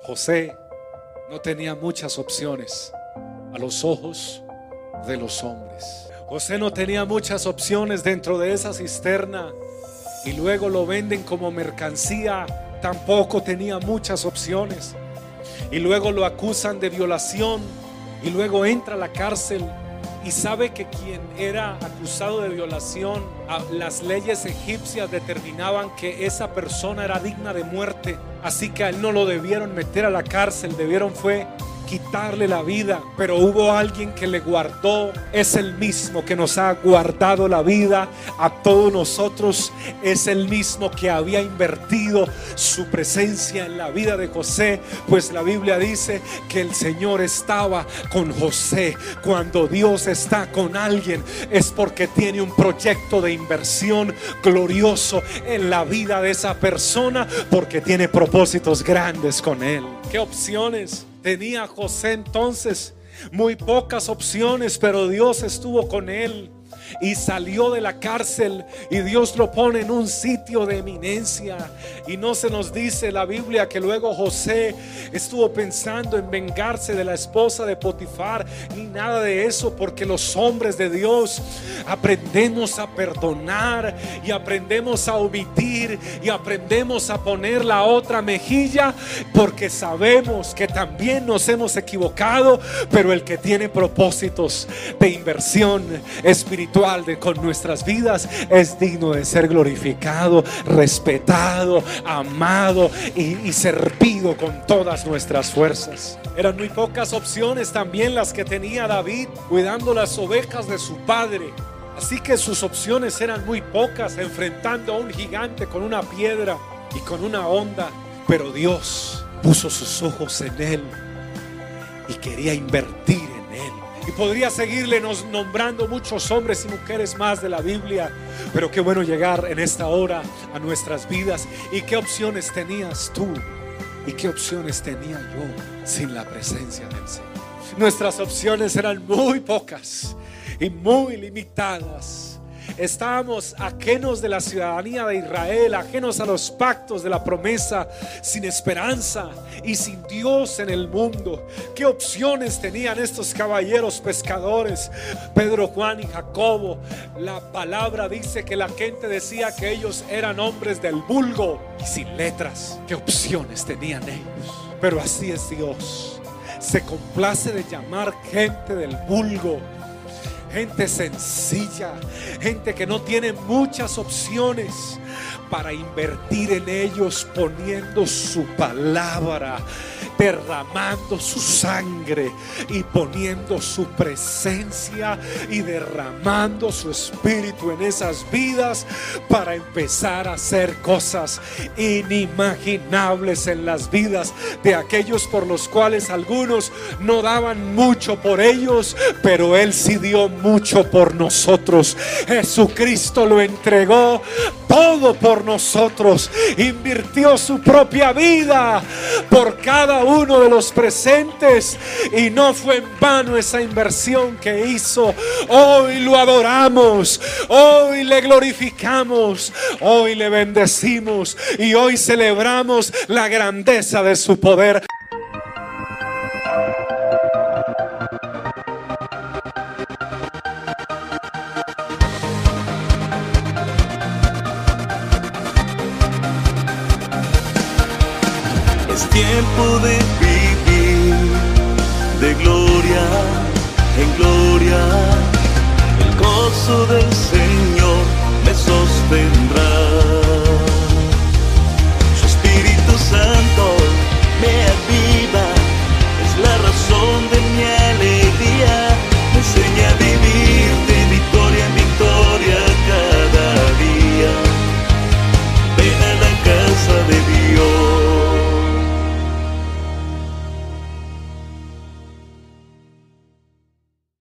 José no tenía muchas opciones a los ojos de los hombres. José no tenía muchas opciones dentro de esa cisterna y luego lo venden como mercancía. Tampoco tenía muchas opciones y luego lo acusan de violación y luego entra a la cárcel. Y sabe que quien era acusado de violación, las leyes egipcias determinaban que esa persona era digna de muerte. Así que a él no lo debieron meter a la cárcel, debieron fue quitarle la vida. Pero hubo alguien que le guardó. Es el mismo que nos ha guardado la vida a todos nosotros. Es el mismo que había invertido su presencia en la vida de José. Pues la Biblia dice que el Señor estaba con José. Cuando Dios está con alguien es porque tiene un proyecto de inversión glorioso en la vida de esa persona, porque tiene propósitos grandes con él. ¿Qué opciones tenía José entonces? Muy pocas opciones, pero Dios estuvo con él y salió de la cárcel y Dios lo pone en un sitio de eminencia. Y no se nos dice la Biblia que luego José estuvo pensando en vengarse de la esposa de Potifar, ni nada de eso, porque los hombres de Dios aprendemos a perdonar y aprendemos a omitir y aprendemos a poner la otra mejilla, porque sabemos que también nos hemos equivocado, pero el que tiene propósitos de inversión espiritual con nuestras vidas es digno de ser glorificado, respetado, amado y servido con todas nuestras fuerzas. Eran muy pocas opciones también las que tenía David cuidando las ovejas de su padre. Así que sus opciones eran muy pocas, enfrentando a un gigante con una piedra y con una honda. Pero Dios puso sus ojos en él y quería invertir en él. Y podría seguirle nombrando muchos hombres y mujeres más de la Biblia. Pero qué bueno llegar en esta hora a nuestras vidas. ¿Y qué opciones tenías tú? ¿Y qué opciones tenía yo sin la presencia del Señor? Nuestras opciones eran muy pocas y muy limitadas. Estábamos ajenos de la ciudadanía de Israel, ajenos a los pactos de la promesa, sin esperanza y sin Dios en el mundo. ¿Qué opciones tenían estos caballeros pescadores, Pedro, Juan y Jacobo? La palabra dice que la gente decía que ellos eran hombres del vulgo y sin letras. ¿Qué opciones tenían ellos? Pero así es Dios. Se complace de llamar gente del vulgo, gente sencilla, gente que no tiene muchas opciones, para invertir en ellos, poniendo su palabra, derramando su sangre y poniendo su presencia y derramando su espíritu en esas vidas para empezar a hacer cosas inimaginables en las vidas de aquellos por los cuales algunos no daban mucho por ellos, pero Él sí dio mucho por nosotros. Jesucristo lo entregó todo por nosotros, invirtió su propia vida por cada uno de los presentes, y no fue en vano esa inversión que hizo. Hoy lo adoramos, hoy le glorificamos, hoy le bendecimos y hoy celebramos la grandeza de su poder. Tiempo de vivir de gloria en gloria, el gozo del Señor me sostendrá.